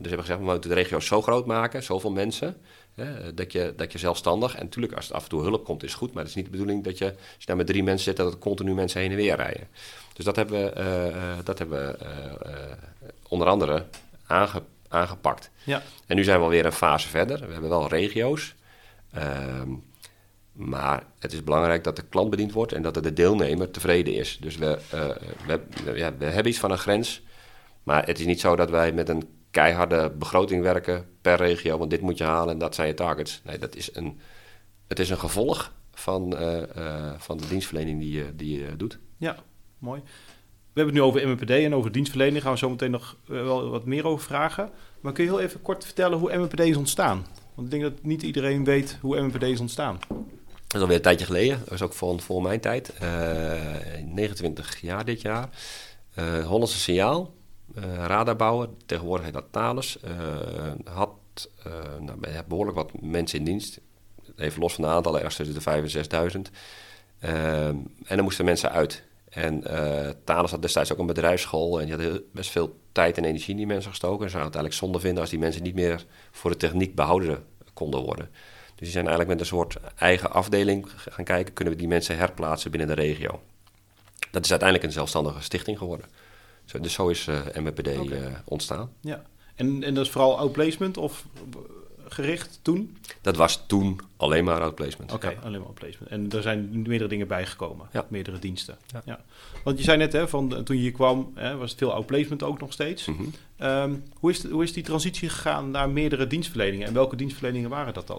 Dus hebben we gezegd, we moeten de regio zo groot maken, zoveel mensen, hè, dat, je, dat je zelfstandig... En natuurlijk, als het af en toe hulp komt, is het goed. Maar het is niet de bedoeling dat je, als je daar met drie mensen zit, dat er continu mensen heen en weer rijden. Dus dat hebben we, uh, dat hebben we uh, uh, onder andere aange, aangepakt. Ja. En nu zijn we alweer een fase verder. We hebben wel regio's. Uh, maar het is belangrijk dat de klant bediend wordt en dat de deelnemer tevreden is. Dus we, uh, we, ja, we hebben iets van een grens. Maar het is niet zo dat wij met een keiharde begroting werken per regio, want dit moet je halen en dat zijn je targets. Nee, dat is een, het is een gevolg van, uh, uh, van de dienstverlening die je, die je doet. Ja, mooi. We hebben het nu over M M P D en over dienstverlening. Daar gaan we zo meteen nog uh, wel wat meer over vragen. Maar kun je heel even kort vertellen hoe M M P D is ontstaan? Want ik denk dat niet iedereen weet hoe M M P D is ontstaan. Dat is alweer een tijdje geleden. Dat was ook voor, voor mijn tijd. Uh, negenentwintig jaar dit jaar. Uh, Hollandse Signaal. Uh, radarbouwer, tegenwoordig heet dat Thales, uh, had uh, nou, behoorlijk wat mensen in dienst. Even los van de aantallen, ergens tussen de vijf en zesduizend. Uh, en dan moesten mensen uit. En uh, Thales had destijds ook een bedrijfsschool en die hadden best veel tijd en energie in die mensen gestoken. En ze zouden het eigenlijk zonde vinden als die mensen niet meer voor de techniek behouden konden worden. Dus die zijn eigenlijk met een soort eigen afdeling gaan kijken, kunnen we die mensen herplaatsen binnen de regio. Dat is uiteindelijk een zelfstandige stichting geworden. Zo, dus zo is uh, M M P D okay. uh, ontstaan. Ja, en, en dat is vooral outplacement of gericht toen? Dat was toen alleen maar outplacement. Oké, okay, ja. alleen maar outplacement. En er zijn meerdere dingen bijgekomen, ja. meerdere diensten. Ja. Ja. Want je zei net, hè, van, toen je hier kwam, hè, was het veel outplacement ook nog steeds. Mm-hmm. Um, hoe, is de, hoe is die transitie gegaan naar meerdere dienstverleningen? En welke dienstverleningen waren dat dan?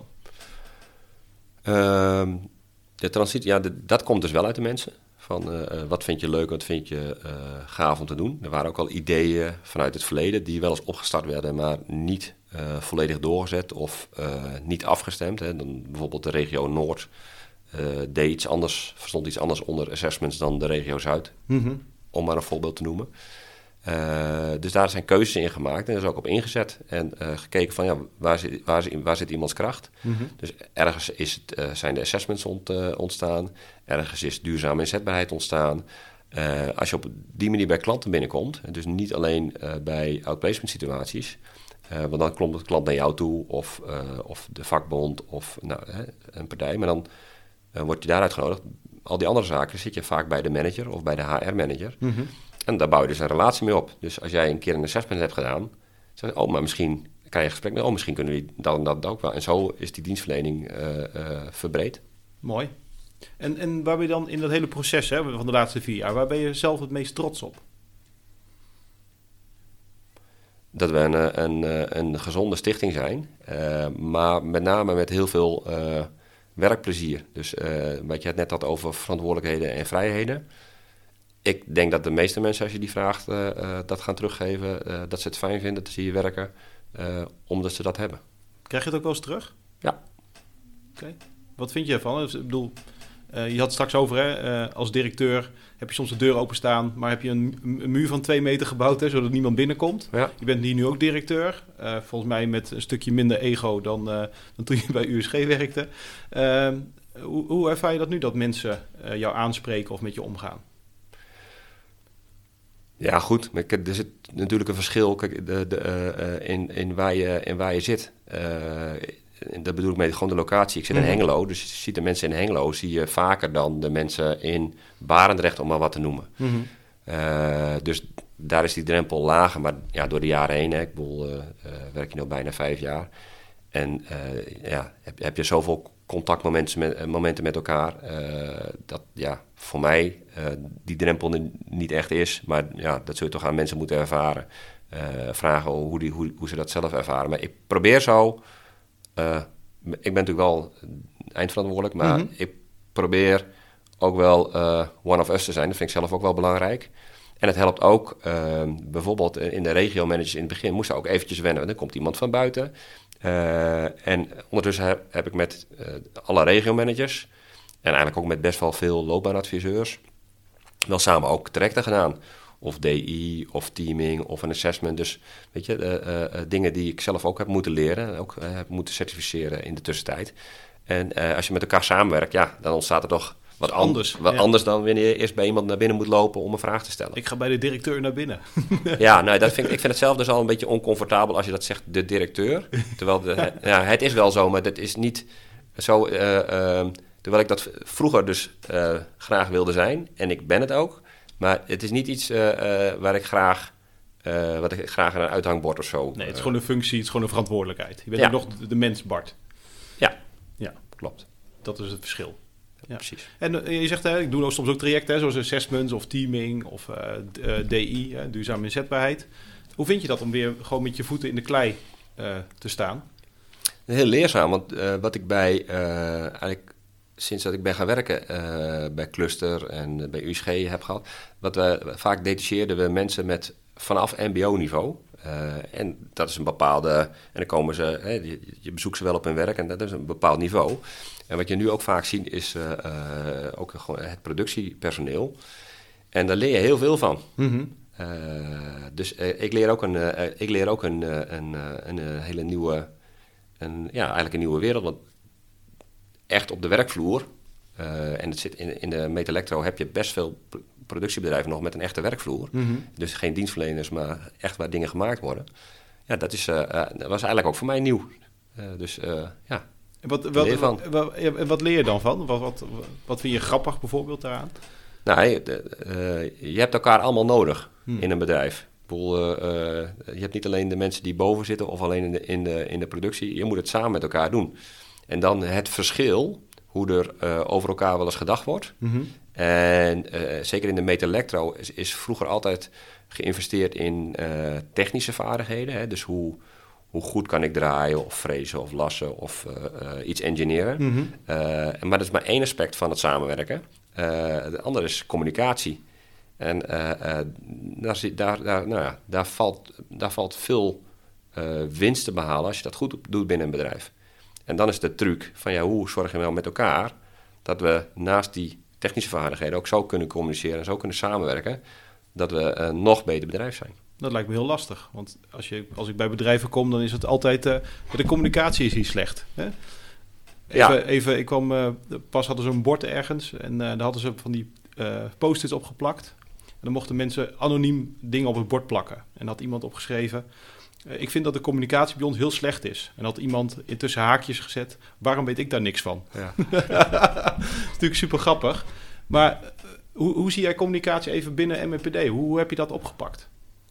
Uh, de transitie, ja, de, dat komt dus wel uit de mensen. Van uh, wat vind je leuk, wat vind je uh, gaaf om te doen. Er waren ook al ideeën vanuit het verleden die wel eens opgestart werden, maar niet uh, volledig doorgezet of uh, niet afgestemd. Hè. Dan bijvoorbeeld de regio Noord uh, deed iets anders, verstond iets anders onder assessments dan de regio Zuid. Mm-hmm. Om maar een voorbeeld te noemen. Uh, dus daar zijn keuzes in gemaakt en er is ook op ingezet. En uh, gekeken van ja, waar zit, waar zit, waar zit iemands kracht? Mm-hmm. Dus ergens is het, uh, zijn de assessments ont, uh, ontstaan. Ergens is duurzame inzetbaarheid ontstaan. Uh, als je op die manier bij klanten binnenkomt, dus niet alleen uh, bij outplacement situaties, uh, want dan komt de klant naar jou toe of, uh, of de vakbond of nou, hè, een partij, maar dan uh, word je daar uitgenodigd. Al die andere zaken zit je vaak bij de manager of bij de H R-manager. Mm-hmm. En daar bouw je dus een relatie mee op. Dus als jij een keer een assessment hebt gedaan, zeg je, oh, maar misschien kan je gesprek met, oh, misschien kunnen we dat en dat ook wel. En zo is die dienstverlening uh, uh, verbreed. Mooi. En, en waar ben je dan in dat hele proces hè, van de laatste vier jaar, waar ben je zelf het meest trots op? Dat we een, een, een gezonde stichting zijn, uh, maar met name met heel veel uh, werkplezier. Dus uh, wat je het net had over verantwoordelijkheden en vrijheden. Ik denk dat de meeste mensen, als je die vraagt, uh, uh, dat gaan teruggeven. Uh, dat ze het fijn vinden dat ze hier werken, uh, omdat ze dat hebben. Krijg je het ook wel eens terug? Ja. Oké. Okay. Wat vind je ervan? Dus, ik bedoel, uh, je had het straks over, hè, uh, als directeur heb je soms de deur openstaan, maar heb je een, een muur van twee meter gebouwd, hè, zodat niemand binnenkomt. Ja. Je bent hier nu ook directeur. Uh, volgens mij met een stukje minder ego dan, uh, dan toen je bij U S G werkte. Uh, hoe, hoe ervaar je dat nu, dat mensen uh, jou aanspreken of met je omgaan? Ja, goed. Maar er zit natuurlijk een verschil kijk, de, de, uh, in, in, waar je, in waar je zit. Uh, dat bedoel ik met gewoon de locatie. Ik zit mm-hmm. in Hengelo, dus je ziet de mensen in Hengelo zie je vaker dan de mensen in Barendrecht, om maar wat te noemen. Mm-hmm. Uh, dus daar is die drempel lager. Maar ja, door de jaren heen, hè, ik bedoel, uh, uh, werk je nu bijna vijf jaar. En uh, ja, heb, heb je zoveel contactmomenten met, momenten met elkaar, uh, dat ja, voor mij uh, die drempel niet echt is. Maar ja, dat zul je toch aan mensen moeten ervaren. Uh, vragen hoe, die, hoe, hoe ze dat zelf ervaren. Maar ik probeer zo, uh, ik ben natuurlijk wel eindverantwoordelijk, maar mm-hmm. ik probeer ook wel uh, one of us te zijn. Dat vind ik zelf ook wel belangrijk. En het helpt ook, uh, bijvoorbeeld in de regio-managers in het begin moesten ook eventjes wennen. Want dan komt iemand van buiten. Uh, en ondertussen heb, heb ik met uh, alle regio-managers en eigenlijk ook met best wel veel loopbaanadviseurs wel samen ook trajecten gedaan. Of D I, of teaming, of een assessment. Dus weet je, uh, uh, dingen die ik zelf ook heb moeten leren, ook uh, heb moeten certificeren in de tussentijd. En uh, als je met elkaar samenwerkt, ja, dan ontstaat er toch Wat, an- anders, wat ja. anders dan wanneer je eerst bij iemand naar binnen moet lopen om een vraag te stellen. Ik ga bij de directeur naar binnen. Ja, nou, dat vind ik, ik vind het zelf dus al een beetje oncomfortabel als je dat zegt, de directeur. Terwijl de, ja, het is wel zo, maar dat is niet zo... Uh, uh, terwijl ik dat vroeger dus uh, graag wilde zijn, en ik ben het ook. Maar het is niet iets uh, uh, waar ik graag... Uh, wat ik graag aan een uithangbord of zo... Nee, het is gewoon een functie, het is gewoon een verantwoordelijkheid. Je bent Ja. ook nog de, de mens, Bart. Ja, Ja, klopt. dat is het verschil. Ja. Precies. En uh, je zegt, hè, ik doe ook soms ook trajecten, hè, zoals assessments of teaming of uh, d- uh, D I, hè, duurzame inzetbaarheid. Hoe vind je dat om weer gewoon met je voeten in de klei uh, te staan? Heel leerzaam, want uh, wat ik bij... Uh, eigenlijk sinds dat ik ben gaan werken uh, bij Cluster en uh, bij U S G heb gehad... wat we vaak detacheerden we mensen met vanaf M B O-niveau... Uh, en dat is een bepaalde... En dan komen ze... Hè, je, je bezoekt ze wel op hun werk en dat is een bepaald niveau. En wat je nu ook vaak ziet is uh, uh, ook gewoon het productiepersoneel. En daar leer je heel veel van. Mm-hmm. Uh, dus uh, ik leer ook een, uh, ik leer ook een, uh, een, uh, een, een hele nieuwe... Een, ja, eigenlijk een nieuwe wereld. Want echt op de werkvloer... Uh, en het zit in, in de Metelectro heb je best veel productiebedrijven nog met een echte werkvloer. Mm-hmm. Dus geen dienstverleners, maar echt waar dingen gemaakt worden. Ja, dat, is, uh, uh, dat was eigenlijk ook voor mij nieuw. Uh, dus uh, ja, En wat, wat, wat, leer van. wat, wat, wat leer je dan van? Wat, wat, wat vind je grappig bijvoorbeeld daaraan? Nou, je, uh, je hebt elkaar allemaal nodig hmm. in een bedrijf. Ik bedoel, uh, uh, je hebt niet alleen de mensen die boven zitten of alleen in de, in, de, in de productie. Je moet het samen met elkaar doen. En dan het verschil... hoe er uh, over elkaar wel eens gedacht wordt. Mm-hmm. En uh, zeker in de Metelectro is, is vroeger altijd geïnvesteerd in uh, technische vaardigheden. Hè? Dus hoe, hoe goed kan ik draaien of frezen of lassen of uh, uh, iets engineeren. Mm-hmm. Uh, maar dat is maar één aspect van het samenwerken. Uh, de andere is communicatie. En uh, uh, daar, daar, daar, nou ja, daar, valt, daar valt veel uh, winst te behalen als je dat goed doet binnen een bedrijf. En dan is de truc van ja, hoe zorg je nou met elkaar dat we naast die technische vaardigheden ook zo kunnen communiceren en zo kunnen samenwerken, dat we een nog beter bedrijf zijn. Dat lijkt me heel lastig, want als, je, als ik bij bedrijven kom, dan is het altijd, uh, de communicatie is hier slecht. Hè? Even, Ja. even, ik kwam, uh, pas hadden ze een bord ergens en uh, daar hadden ze van die uh, post-its opgeplakt. En dan mochten mensen anoniem dingen op het bord plakken. En daar had iemand opgeschreven... Ik vind dat de communicatie bij ons heel slecht is. En had iemand intussen haakjes gezet. Waarom weet ik daar niks van? Ja. Dat is natuurlijk super grappig. Maar uh, hoe, hoe zie jij communicatie even binnen M M P D? Hoe, hoe heb je dat opgepakt?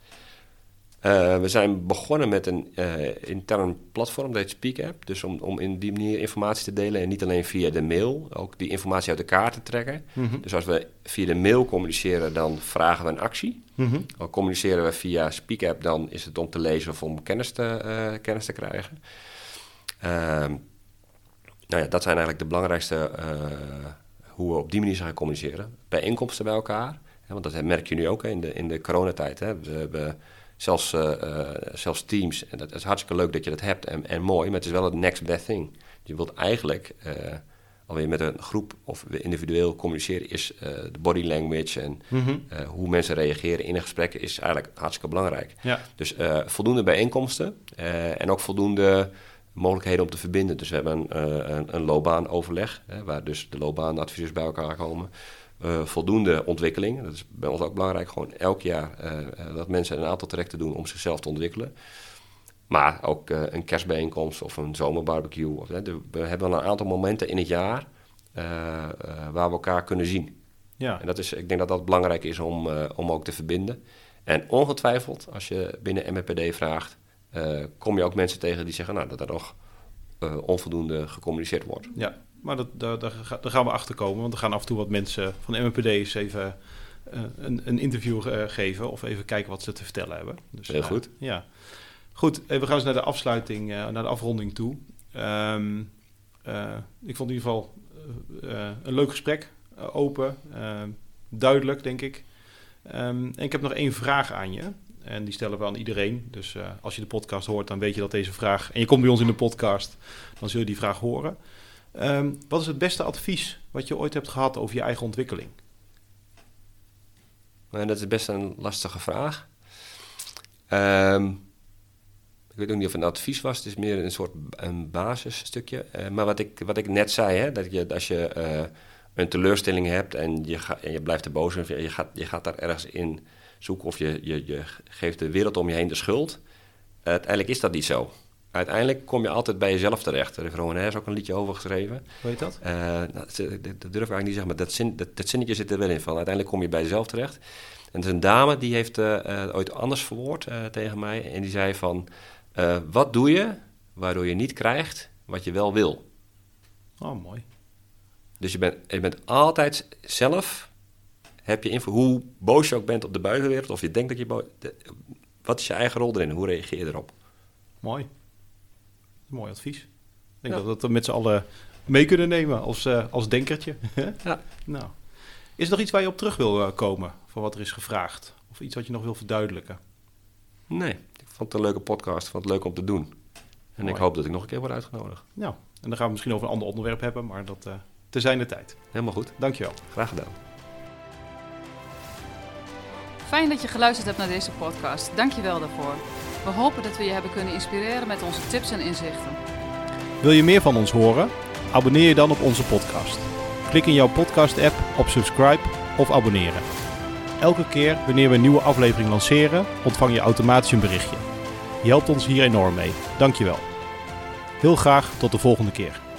Uh, we zijn begonnen met een uh, intern platform, dat heet SpeakApp. Dus om, om in die manier informatie te delen en niet alleen via de mail, ook die informatie uit elkaar te trekken. Mm-hmm. Dus als we via de mail communiceren, dan vragen we een actie. Mm-hmm. Al communiceren we via SpeakApp, dan is het om te lezen of om kennis te, uh, kennis te krijgen. Uh, nou ja, dat zijn eigenlijk de belangrijkste uh, hoe we op die manier gaan communiceren. Bijeenkomsten bij elkaar, hè, want dat merk je nu ook hè, in de, in de coronatijd. Hè. We hebben zelfs, uh, uh, zelfs Teams, en dat is hartstikke leuk dat je dat hebt en, en mooi, maar het is wel het next best thing. Je wilt eigenlijk uh, alweer met een groep of individueel communiceren, is uh, de body language en Mm-hmm. uh, hoe mensen reageren in een gesprek is eigenlijk hartstikke belangrijk. Ja. Dus uh, voldoende bijeenkomsten uh, en ook voldoende mogelijkheden om te verbinden. Dus we hebben een, uh, een, een loopbaanoverleg, hè, waar dus de loopbaanadviseurs bij elkaar komen. Uh, voldoende ontwikkeling, dat is bij ons ook belangrijk. Gewoon elk jaar uh, dat mensen een aantal trajecten doen om zichzelf te ontwikkelen. Maar ook uh, een kerstbijeenkomst of een zomerbarbecue. Of, hè, de, we hebben een aantal momenten in het jaar uh, uh, waar we elkaar kunnen zien. Ja. En dat is, ik denk dat dat belangrijk is om, uh, om ook te verbinden. En ongetwijfeld, als je binnen M M P D vraagt, uh, kom je ook mensen tegen die zeggen nou, dat er nog uh, onvoldoende gecommuniceerd wordt. Ja, maar dat, daar, daar, daar gaan we achter komen. Want er gaan af en toe wat mensen van M M P D eens even uh, een, een interview uh, geven. Of even kijken wat ze te vertellen hebben. Dus, Heel goed. Uh, ja. Goed, uh, we gaan eens naar de afsluiting, uh, naar de afronding toe. Um, uh, ik vond in ieder geval uh, uh, een leuk gesprek. Uh, open, uh, duidelijk, denk ik. Um, en ik heb nog één vraag aan je. En die stellen we aan iedereen. Dus uh, als je de podcast hoort, dan weet je dat deze vraag... En je komt bij ons in de podcast, dan zul je die vraag horen. Um, wat is het beste advies wat je ooit hebt gehad over je eigen ontwikkeling? Nou, dat is best een lastige vraag. Um, ik weet ook niet of het een advies was. Het is meer een soort een basisstukje. Uh, maar wat ik, wat ik net zei, hè, dat je, als je uh, een teleurstelling hebt en je, ga, en je blijft er boos en je gaat, je gaat daar ergens in zoeken of je, je, je geeft de wereld om je heen de schuld. Uiteindelijk is dat niet zo. Uiteindelijk kom je altijd bij jezelf terecht. Er heeft Rowan Harris ook een liedje over geschreven. Hoe heet dat? Uh, nou, dat, dat durf ik eigenlijk niet zeggen, maar dat, zin, dat, dat zinnetje zit er wel in van. Uiteindelijk kom je bij jezelf terecht. En er is een dame die heeft uh, uh, ooit anders verwoord uh, tegen mij. En die zei van, uh, wat doe je waardoor je niet krijgt wat je wel wil? Oh, mooi. Dus je bent, je bent altijd zelf, heb je info, hoe boos je ook bent op de buitenwereld, of je denkt dat je boos... De, wat is je eigen rol erin? Hoe reageer je erop? Mooi. Mooi advies. Ik denk ja. dat we dat met z'n allen mee kunnen nemen als, uh, als denkertje. Ja. Nou. Is er nog iets waar je op terug wil uh, komen van wat er is gevraagd? Of iets wat je nog wil verduidelijken? Nee, ik vond het een leuke podcast. Ik vond het leuk om te doen. En Mooi. Ik hoop dat ik nog een keer word uitgenodigd. Nou, en dan gaan we misschien over een ander onderwerp hebben, maar dat uh, te zijn de tijd. Helemaal goed. Dankjewel. Graag gedaan. Fijn dat je geluisterd hebt naar deze podcast. Dankjewel daarvoor. We hopen dat we je hebben kunnen inspireren met onze tips en inzichten. Wil je meer van ons horen? Abonneer je dan op onze podcast. Klik in jouw podcast-app op subscribe of abonneren. Elke keer wanneer we een nieuwe aflevering lanceren, ontvang je automatisch een berichtje. Je helpt ons hier enorm mee. Dankjewel. Heel graag tot de volgende keer.